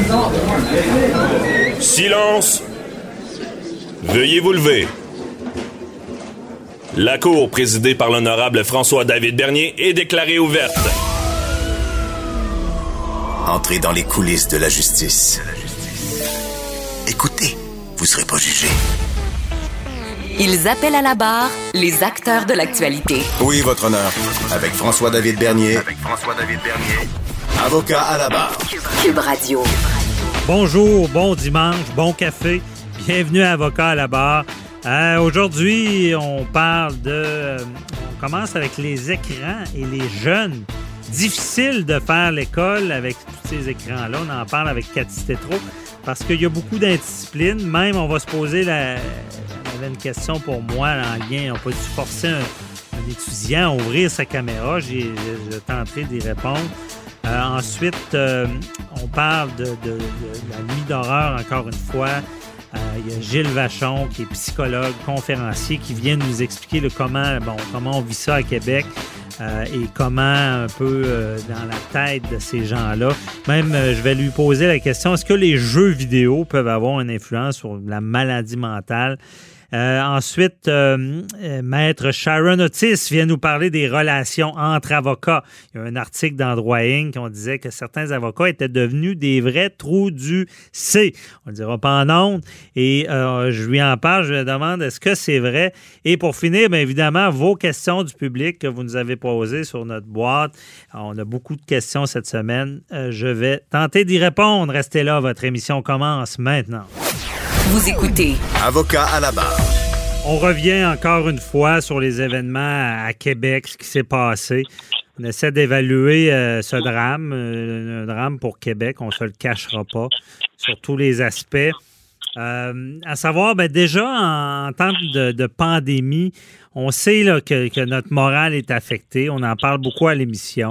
Silence! Veuillez vous lever. La cour, présidée par l'honorable François-David Bernier, est déclarée ouverte. Entrez dans les coulisses de la justice. Écoutez, vous serez pas jugé. Ils appellent à la barre les acteurs de l'actualité. Oui, votre honneur. Avec François-David Bernier. Avocat à la barre. Cube Radio. Bonjour, bon dimanche, bon café. Bienvenue à Avocat à la barre. Aujourd'hui, on parle on commence avec les écrans et les jeunes. Difficile de faire l'école avec tous ces écrans-là. On en parle avec Cathy Tétrault parce qu'il y a beaucoup d'indiscipline. Même, on va se poser il y avait une question pour moi en lien. On peut forcer un étudiant à ouvrir sa caméra. J'ai tenté d'y répondre. Ensuite, on parle de la nuit d'horreur, encore une fois. Il y a Gilles Vachon, qui est psychologue, conférencier, qui vient nous expliquer comment on vit ça à Québec et comment un peu dans la tête de ces gens-là. Même, je vais lui poser la question, est-ce que les jeux vidéo peuvent avoir une influence sur la maladie mentale? Ensuite, Maître Sharon Otis vient nous parler des relations entre avocats. Il y a un article dans Droit Inc. On disait que certains avocats étaient devenus des vrais trous du C. On ne le dira pas en ondes. Et je lui en parle, je lui demande est-ce que c'est vrai? Et pour finir, bien évidemment, vos questions du public que vous nous avez posées sur notre boîte. On a beaucoup de questions cette semaine. Je vais tenter d'y répondre. Restez là, votre émission commence maintenant. Vous écoutez Avocat à la barre. On revient encore une fois sur les événements à Québec, ce qui s'est passé. On essaie d'évaluer ce drame, un drame pour Québec, on ne se le cachera pas, sur tous les aspects. À savoir, déjà, en temps de pandémie, on sait là, que notre morale est affectée. On en parle beaucoup à l'émission.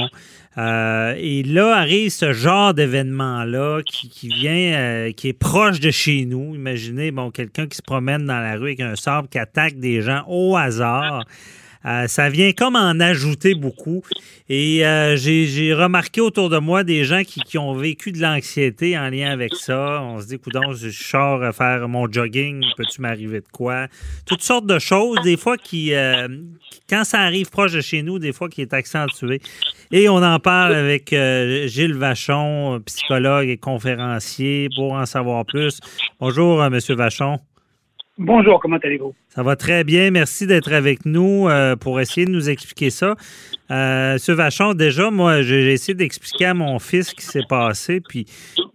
Et là, arrive ce genre d'événement-là qui vient, qui est proche de chez nous. Imaginez, quelqu'un qui se promène dans la rue avec un sabre qui attaque des gens au hasard. Ça vient comme en ajouter beaucoup. Et j'ai remarqué autour de moi des gens qui ont vécu de l'anxiété en lien avec ça. On se dit, coudonc, je sors à faire mon jogging, peux-tu m'arriver de quoi? Toutes sortes de choses, des fois qui quand ça arrive proche de chez nous, des fois qui est accentué. Et on en parle avec Gilles Vachon, psychologue et conférencier, pour en savoir plus. Bonjour, M. Vachon. Bonjour, comment allez-vous? Ça va très bien. Merci d'être avec nous pour essayer de nous expliquer ça. Monsieur Vachon, déjà, moi, j'ai essayé d'expliquer à mon fils ce qui s'est passé, puis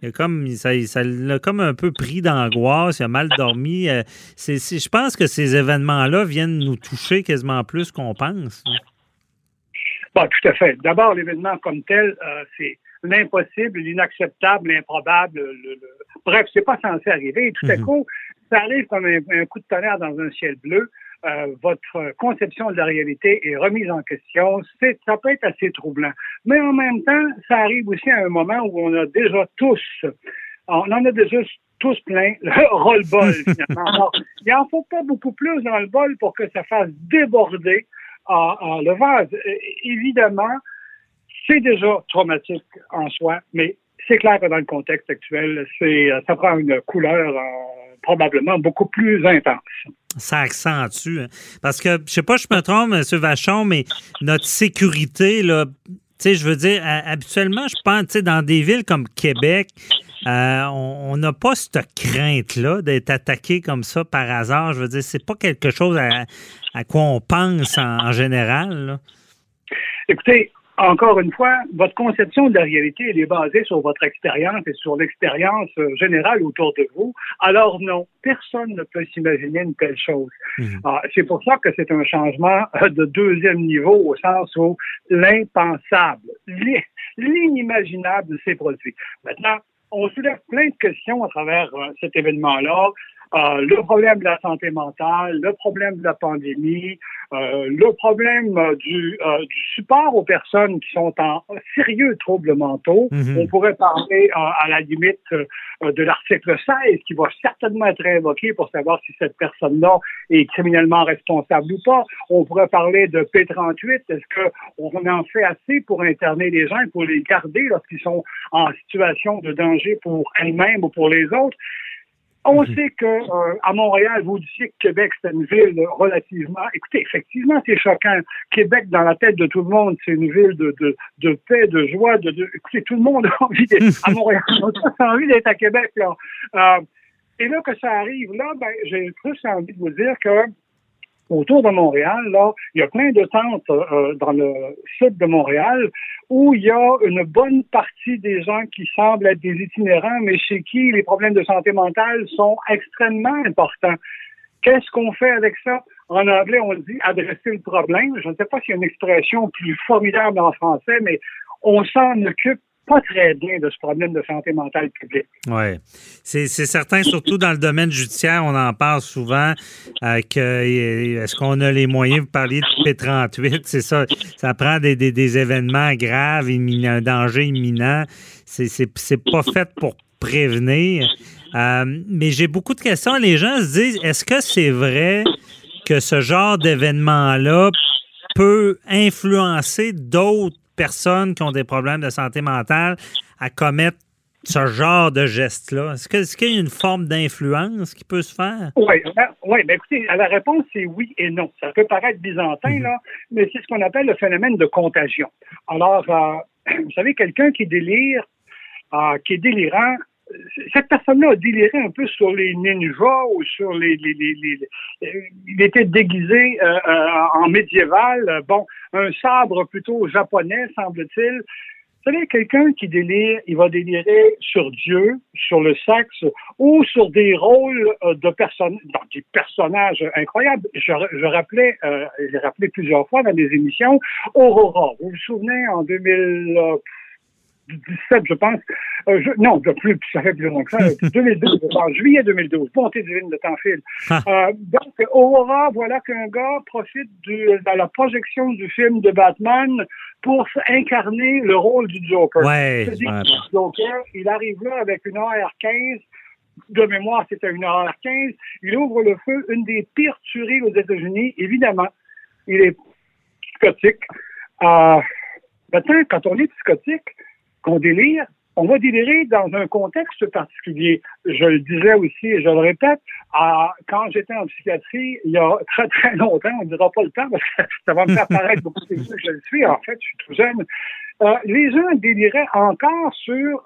ça l'a comme un peu pris d'angoisse, il a mal dormi. Je pense que ces événements-là viennent nous toucher quasiment plus qu'on pense. Bon, tout à fait. D'abord, l'événement comme tel, c'est l'impossible, l'inacceptable, l'improbable. Bref, c'est pas censé arriver. Et tout à coup, ça arrive comme un coup de tonnerre dans un ciel bleu. Votre conception de la réalité est remise en question. Ça peut être assez troublant. Mais en même temps, ça arrive aussi à un moment où on en a déjà tous plein le roll-ball, finalement. Alors, il n'en faut pas beaucoup plus dans le bol pour que ça fasse déborder le vase. Évidemment, c'est déjà traumatique en soi, mais c'est clair que dans le contexte actuel, ça prend une couleur probablement beaucoup plus intense. Ça accentue. Hein? Parce que, je sais pas, je me trompe, M. Vachon, mais notre sécurité, là, tu sais, je veux dire, habituellement, je pense, tu sais, dans des villes comme Québec, on n'a pas cette crainte-là d'être attaqué comme ça par hasard. Je veux dire, c'est pas quelque chose à quoi on pense en général, là. Écoutez, encore une fois, votre conception de la réalité, elle est basée sur votre expérience et sur l'expérience générale autour de vous. Alors non, personne ne peut s'imaginer une telle chose. C'est pour ça que c'est un changement de deuxième niveau au sens où l'impensable, l'inimaginable s'est produit. Maintenant, on soulève plein de questions à travers cet événement-là. le problème de la santé mentale, le problème de la pandémie, le problème du support aux personnes qui sont en sérieux troubles mentaux. On pourrait parler à la limite de l'article 16 qui va certainement être invoqué pour savoir si cette personne-là est criminellement responsable ou pas. On pourrait parler de P38. Est-ce qu'on en fait assez pour interner les gens et pour les garder lorsqu'ils sont en situation de danger pour elles-mêmes ou pour les autres? On sait que à Montréal, vous disiez que Québec, c'est une ville relativement... Écoutez, effectivement, c'est choquant. Québec, dans la tête de tout le monde, c'est une ville de paix, de joie. Écoutez, tout le monde a envie d'être à Montréal. On a envie d'être à Québec, là. Et là que ça arrive, là, j'ai plus envie de vous dire que autour de Montréal, là, il y a plein de tentes dans le sud de Montréal où il y a une bonne partie des gens qui semblent être des itinérants, mais chez qui les problèmes de santé mentale sont extrêmement importants. Qu'est-ce qu'on fait avec ça? En anglais, on dit « adresser le problème ». Je ne sais pas s'il y a une expression plus formidable en français, mais on s'en occupe pas très bien de ce problème de santé mentale publique. Oui. C'est certain, surtout dans le domaine judiciaire, on en parle souvent. Est-ce qu'on a les moyens, vous parliez de P38, c'est ça. Ça prend des événements graves, un danger imminent. C'est pas fait pour prévenir. Mais j'ai beaucoup de questions. Les gens se disent, est-ce que c'est vrai que ce genre d'événement-là peut influencer d'autres personnes qui ont des problèmes de santé mentale à commettre ce genre de geste-là? Est-ce qu'il y a une forme d'influence qui peut se faire? Oui, mais écoutez, la réponse, c'est oui et non. Ça peut paraître byzantin, là, mais c'est ce qu'on appelle le phénomène de contagion. Alors, vous savez, quelqu'un qui délire, qui est délirant, cette personne-là a déliré un peu sur les ninjas ou sur il était déguisé en médiéval. Un sabre plutôt japonais, semble-t-il. Vous savez, quelqu'un qui délire, il va délirer sur Dieu, sur le sexe ou sur des rôles de des personnages incroyables. J'ai rappelé plusieurs fois dans des émissions Aurora. Vous vous souvenez, en 2017, je pense. Non, plus, ça fait plus longtemps que ça. 2012, je pense, juillet 2012. Bonté divine, le temps file. Donc, Aurora, voilà qu'un gars profite de la projection du film de Batman pour incarner le rôle du Joker. Ouais. Joker, il arrive là avec une AR-15. De mémoire, c'était une AR-15. Il ouvre le feu, une des pires tueries aux États-Unis. Évidemment, il est psychotique. Maintenant, quand on est psychotique, qu'on délire, on va délirer dans un contexte particulier. Je le disais aussi et je le répète, quand j'étais en psychiatrie, il y a très, très longtemps, on ne dira pas le temps parce que ça va me faire paraître beaucoup plus vieux que je le suis. En fait, je suis tout jeune. Les gens déliraient encore sur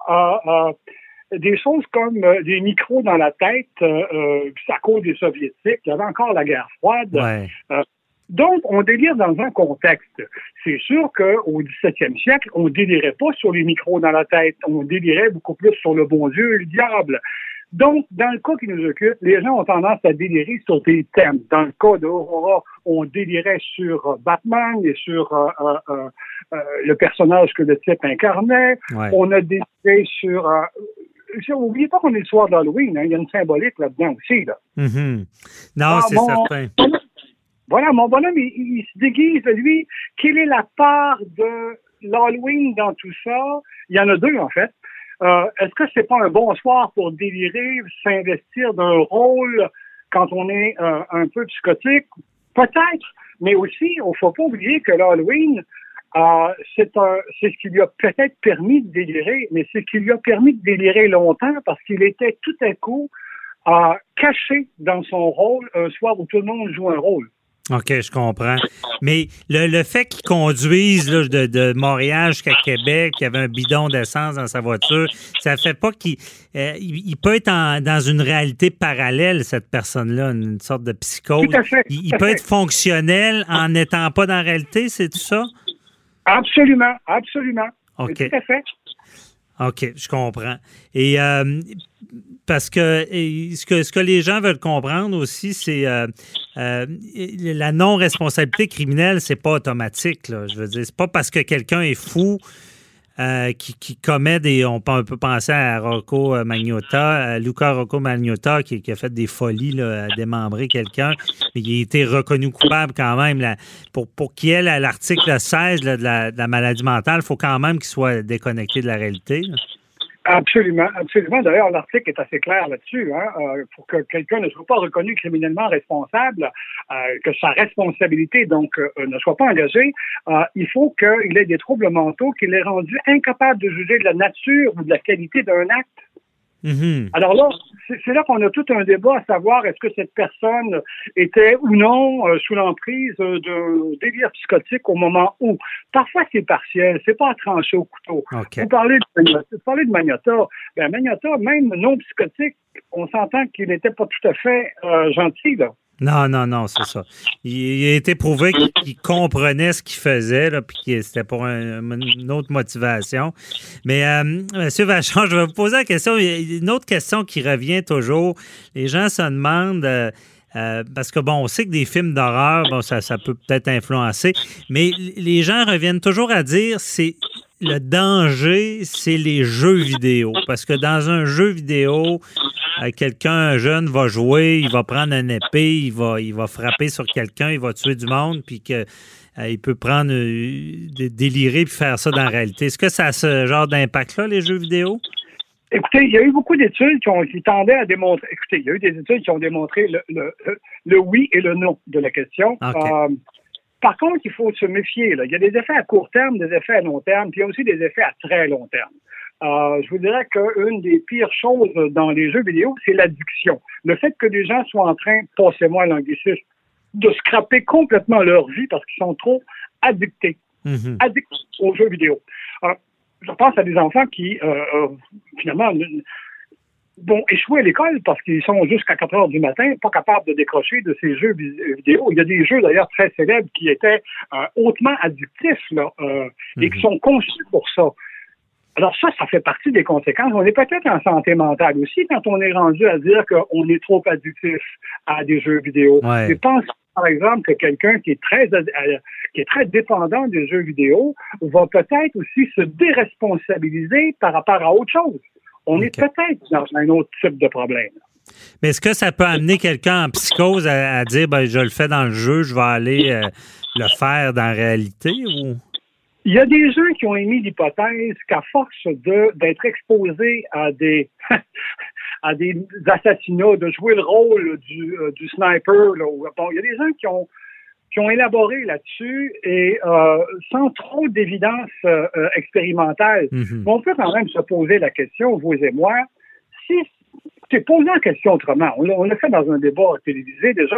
des choses comme des micros dans la tête à cause des Soviétiques. Il y avait encore la guerre froide. Ouais. Donc, on délire dans un contexte. C'est sûr qu'au 17e siècle, on délirait pas sur les micros dans la tête. On délirait beaucoup plus sur le bon Dieu et le diable. Donc, dans le cas qui nous occupe, les gens ont tendance à délirer sur des thèmes. Dans le cas d'Aurora, on délirait sur Batman et sur le personnage que le type incarnait. Ouais. On a déliré sur... N'oubliez pas qu'on est le soir d'Halloween. Hein, il y a une symbolique là-dedans aussi. Là. Mm-hmm. Non, c'est certain. Voilà, mon bonhomme, il se déguise, lui. Quelle est la part de l'Halloween dans tout ça? Il y en a deux, en fait. Est-ce que c'est pas un bon soir pour délirer, s'investir d'un rôle quand on est un peu psychotique? Peut-être, mais aussi, il ne faut pas oublier que l'Halloween, c'est ce qui lui a peut-être permis de délirer, mais c'est ce qui lui a permis de délirer longtemps parce qu'il était tout à coup caché dans son rôle un soir où tout le monde joue un rôle. OK, je comprends. Mais le fait qu'il conduise là, de Montréal jusqu'à Québec, qu'il y avait un bidon d'essence dans sa voiture, ça fait pas qu'il il peut être dans une réalité parallèle, cette personne-là, une sorte de psychose. Tout à fait. Il peut être fonctionnel en n'étant pas dans la réalité, c'est tout ça? Absolument, absolument. OK. Tout à fait. OK, je comprends. Et parce que ce que les gens veulent comprendre aussi, c'est la non-responsabilité criminelle, c'est pas automatique. Là. Je veux dire, c'est pas parce que quelqu'un est fou qui commet on peut penser à Rocco Magnotta, Luca Rocco Magnotta, qui a fait des folies, là, à démembrer quelqu'un, mais il a été reconnu coupable quand même. Là, pour qu'il y ait l'article 16 là, de la maladie mentale, il faut quand même qu'il soit déconnecté de la réalité. Là. Absolument, absolument. D'ailleurs, l'article est assez clair là-dessus. Pour que quelqu'un ne soit pas reconnu criminellement responsable, que sa responsabilité donc ne soit pas engagée, il faut qu'il ait des troubles mentaux, qu'il ait rendu incapable de juger de la nature ou de la qualité d'un acte. Mm-hmm. Alors là, c'est là qu'on a tout un débat à savoir est-ce que cette personne était ou non sous l'emprise d'un délire psychotique au moment où. Parfois, c'est partiel, c'est pas à trancher au couteau. Okay. Vous parlez de Magnotta. Ben, Magnotta, même non psychotique, on s'entend qu'il n'était pas tout à fait gentil, là. Non, c'est ça. Il a été prouvé qu'il comprenait ce qu'il faisait, là, puis que c'était pour une autre motivation. Mais, M. Vachon, je vais vous poser la question. Il y a une autre question qui revient toujours. Les gens se demandent, parce que, bon, on sait que des films d'horreur, bon, ça peut peut-être influencer, mais les gens reviennent toujours à dire le danger, c'est les jeux vidéo. Parce que dans un jeu vidéo, un jeune va jouer, il va prendre une épée, il va frapper sur quelqu'un, il va tuer du monde, puis il peut prendre délirer puis faire ça dans la réalité. Est-ce que ça a ce genre d'impact-là, les jeux vidéo? Écoutez, il y a eu beaucoup d'études qui tendaient à démontrer. Écoutez, il y a eu des études qui ont démontré le oui et le non de la question. Okay. Par contre, il faut se méfier. Là. Il y a des effets à court terme, des effets à long terme, puis il y a aussi des effets à très long terme. Je vous dirais qu'une des pires choses dans les jeux vidéo, c'est l'addiction. Le fait que les gens soient en train, passez-moi l'anglicisme, de scraper complètement leur vie parce qu'ils sont trop addictés. Mm-hmm. Addicts aux jeux vidéo. Je pense à des enfants qui, finalement, vont échouer à l'école parce qu'ils sont jusqu'à 4 heures du matin pas capables de décrocher de ces jeux vidéo. Il y a des jeux, d'ailleurs, très célèbres qui étaient hautement addictifs là, et qui sont conçus pour ça. Alors ça fait partie des conséquences. On est peut-être en santé mentale aussi quand on est rendu à dire qu'on est trop addictif à des jeux vidéo. Ouais. Je pense, par exemple, que quelqu'un qui est très dépendant des jeux vidéo va peut-être aussi se déresponsabiliser par rapport à autre chose. On est peut-être dans un autre type de problème. Mais est-ce que ça peut amener quelqu'un en psychose à dire ben, je le fais dans le jeu, je vais aller le faire dans la réalité ou... Il y a des gens qui ont émis l'hypothèse qu'à force d'être exposés à des assassinats, de jouer le rôle du sniper, là, bon, il y a des gens qui ont élaboré là-dessus et sans trop d'évidence expérimentale. Mm-hmm. On peut quand même se poser la question, vous et moi, c'est posé la question autrement. On l'a fait dans un débat télévisé déjà.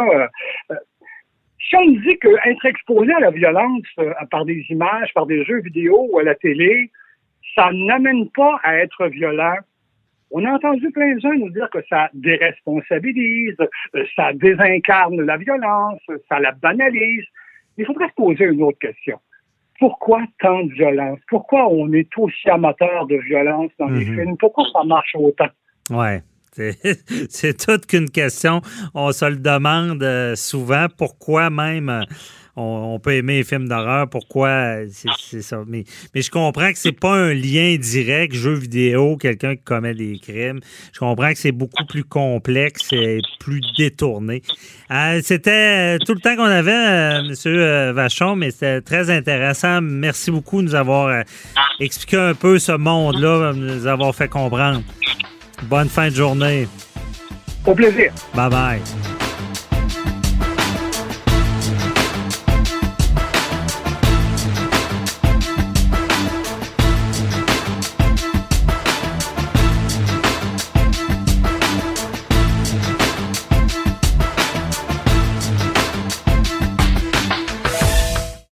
Si on dit qu'être exposé à la violence par des images, par des jeux vidéo ou à la télé, ça n'amène pas à être violent, on a entendu plein de gens nous dire que ça déresponsabilise, ça désincarne la violence, ça la banalise. Il faudrait se poser une autre question. Pourquoi tant de violence? Pourquoi on est aussi amateur de violence dans les films? Pourquoi ça marche autant? Ouais. C'est toute qu'une question. On se le demande souvent. Pourquoi même on peut aimer les films d'horreur? Pourquoi c'est ça? Mais je comprends que c'est pas un lien direct, jeu vidéo, quelqu'un qui commet des crimes. Je comprends que c'est beaucoup plus complexe et plus détourné. C'était tout le temps qu'on avait, M. Vachon, mais c'était très intéressant. Merci beaucoup de nous avoir expliqué un peu ce monde-là, de nous avoir fait comprendre. Bonne fin de journée. Au plaisir. Bye-bye.